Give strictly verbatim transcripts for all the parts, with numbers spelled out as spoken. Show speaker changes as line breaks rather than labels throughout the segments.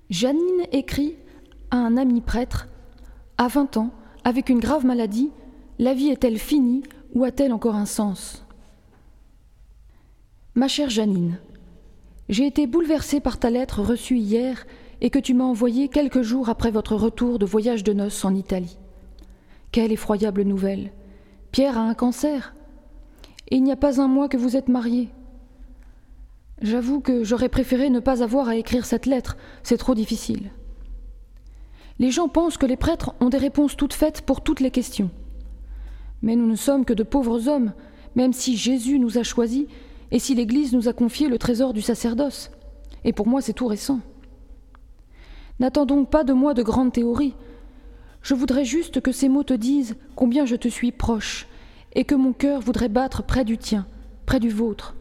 Janine écrit à un ami prêtre « À vingt ans, avec une grave maladie, la vie est-elle finie ou a-t-elle encore un sens ?» Ma chère Janine, j'ai été bouleversée par ta lettre reçue hier et que tu m'as envoyée quelques jours après votre retour de voyage de noces en Italie. Quelle effroyable nouvelle! Pierre a un cancer. Et il n'y a pas un mois que vous êtes mariés. J'avoue que j'aurais préféré ne pas avoir à écrire cette lettre, c'est trop difficile. Les gens pensent que les prêtres ont des réponses toutes faites pour toutes les questions. Mais nous ne sommes que de pauvres hommes, même si Jésus nous a choisis et si l'Église nous a confié le trésor du sacerdoce. Et pour moi, c'est tout récent. N'attends donc pas de moi de grandes théories. Je voudrais juste que ces mots te disent combien je te suis proche et que mon cœur voudrait battre près du tien, près du vôtre.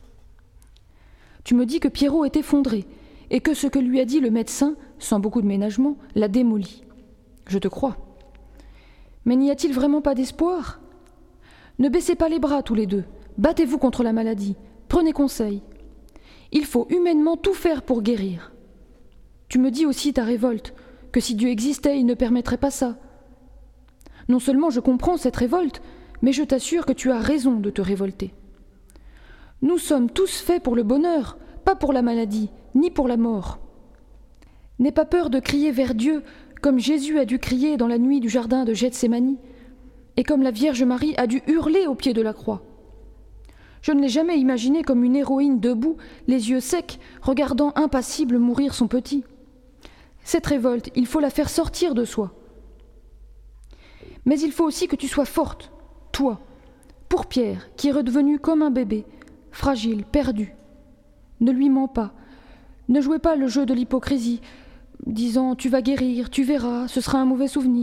Tu me dis que Pierrot est effondré et que ce que lui a dit le médecin, sans beaucoup de ménagement, l'a démoli. Je te crois. Mais n'y a-t-il vraiment pas d'espoir ? Ne baissez pas les bras tous les deux. Battez-vous contre la maladie. Prenez conseil. Il faut humainement tout faire pour guérir. Tu me dis aussi ta révolte, que si Dieu existait, il ne permettrait pas ça. Non seulement je comprends cette révolte, mais je t'assure que tu as raison de te révolter. Nous sommes tous faits pour le bonheur, pas pour la maladie, ni pour la mort. N'aie pas peur de crier vers Dieu, comme Jésus a dû crier dans la nuit du jardin de Gethsémani, et comme la Vierge Marie a dû hurler au pied de la croix. Je ne l'ai jamais imaginée comme une héroïne debout, les yeux secs, regardant impassible mourir son petit. Cette révolte, il faut la faire sortir de soi. Mais il faut aussi que tu sois forte, toi, pour Pierre, qui est redevenu comme un bébé, fragile, perdu. Ne lui mens pas. Ne jouez pas le jeu de l'hypocrisie, disant « tu vas guérir, tu verras, ce sera un mauvais souvenir ».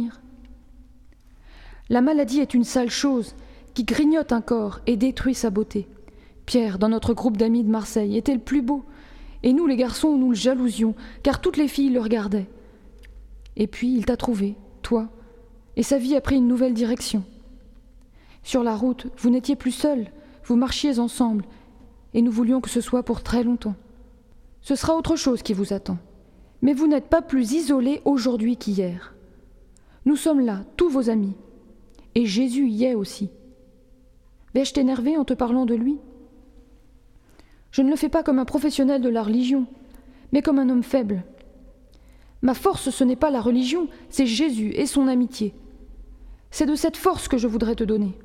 La maladie est une sale chose qui grignote un corps et détruit sa beauté. Pierre, dans notre groupe d'amis de Marseille, était le plus beau, et nous les garçons, nous le jalousions, car toutes les filles le regardaient. Et puis il t'a trouvé, toi, et sa vie a pris une nouvelle direction. Sur la route, vous n'étiez plus seuls, vous marchiez ensemble, et nous voulions que ce soit pour très longtemps. Ce sera autre chose qui vous attend. Mais vous n'êtes pas plus isolés aujourd'hui qu'hier. Nous sommes là, tous vos amis. Et Jésus y est aussi. Vais-je t'énerver en te parlant de lui ? Je ne le fais pas comme un professionnel de la religion, mais comme un homme faible. Ma force, ce n'est pas la religion, c'est Jésus et son amitié. C'est de cette force que je voudrais te donner.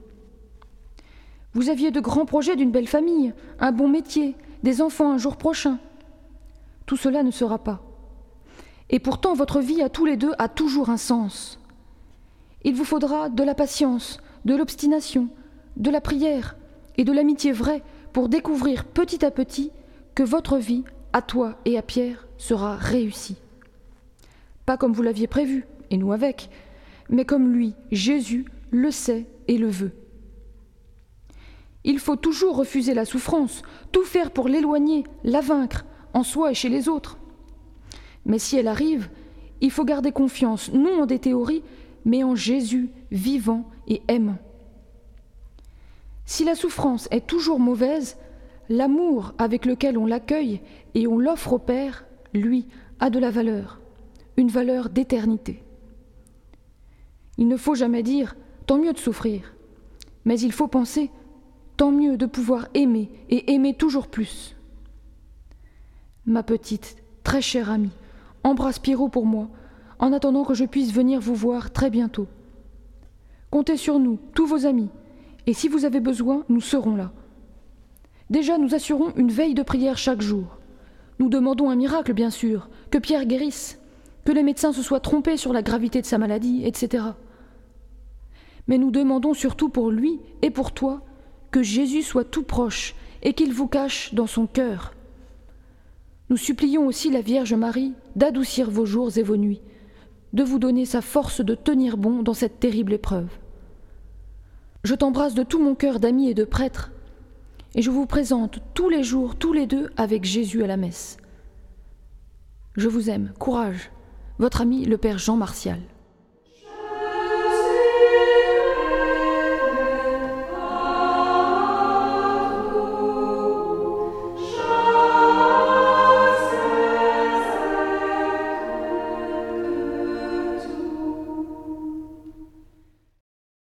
Vous aviez de grands projets d'une belle famille, un bon métier, des enfants un jour prochain. Tout cela ne sera pas. Et pourtant, votre vie à tous les deux a toujours un sens. Il vous faudra de la patience, de l'obstination, de la prière et de l'amitié vraie pour découvrir petit à petit que votre vie, à toi et à Pierre, sera réussie. Pas comme vous l'aviez prévu, et nous avec, mais comme lui, Jésus, le sait et le veut. Il faut toujours refuser la souffrance, tout faire pour l'éloigner, la vaincre, en soi et chez les autres. Mais si elle arrive, il faut garder confiance, non en des théories, mais en Jésus vivant et aimant. Si la souffrance est toujours mauvaise, l'amour avec lequel on l'accueille et on l'offre au Père, lui, a de la valeur, une valeur d'éternité. Il ne faut jamais dire « tant mieux de souffrir », mais il faut penser « tant mieux de pouvoir aimer et aimer toujours plus ». Ma petite, très chère amie, embrasse Pierrot pour moi, en attendant que je puisse venir vous voir très bientôt. Comptez sur nous, tous vos amis, et si vous avez besoin, nous serons là. Déjà, nous assurons une veille de prière chaque jour. Nous demandons un miracle, bien sûr, que Pierre guérisse, que les médecins se soient trompés sur la gravité de sa maladie, et cetera. Mais nous demandons surtout pour lui et pour toi que Jésus soit tout proche et qu'il vous cache dans son cœur. Nous supplions aussi la Vierge Marie d'adoucir vos jours et vos nuits, de vous donner sa force de tenir bon dans cette terrible épreuve. Je t'embrasse de tout mon cœur d'amis et de prêtres, et je vous présente tous les jours, tous les deux, avec Jésus à la messe. Je vous aime, courage, votre ami le Père Jean Martial.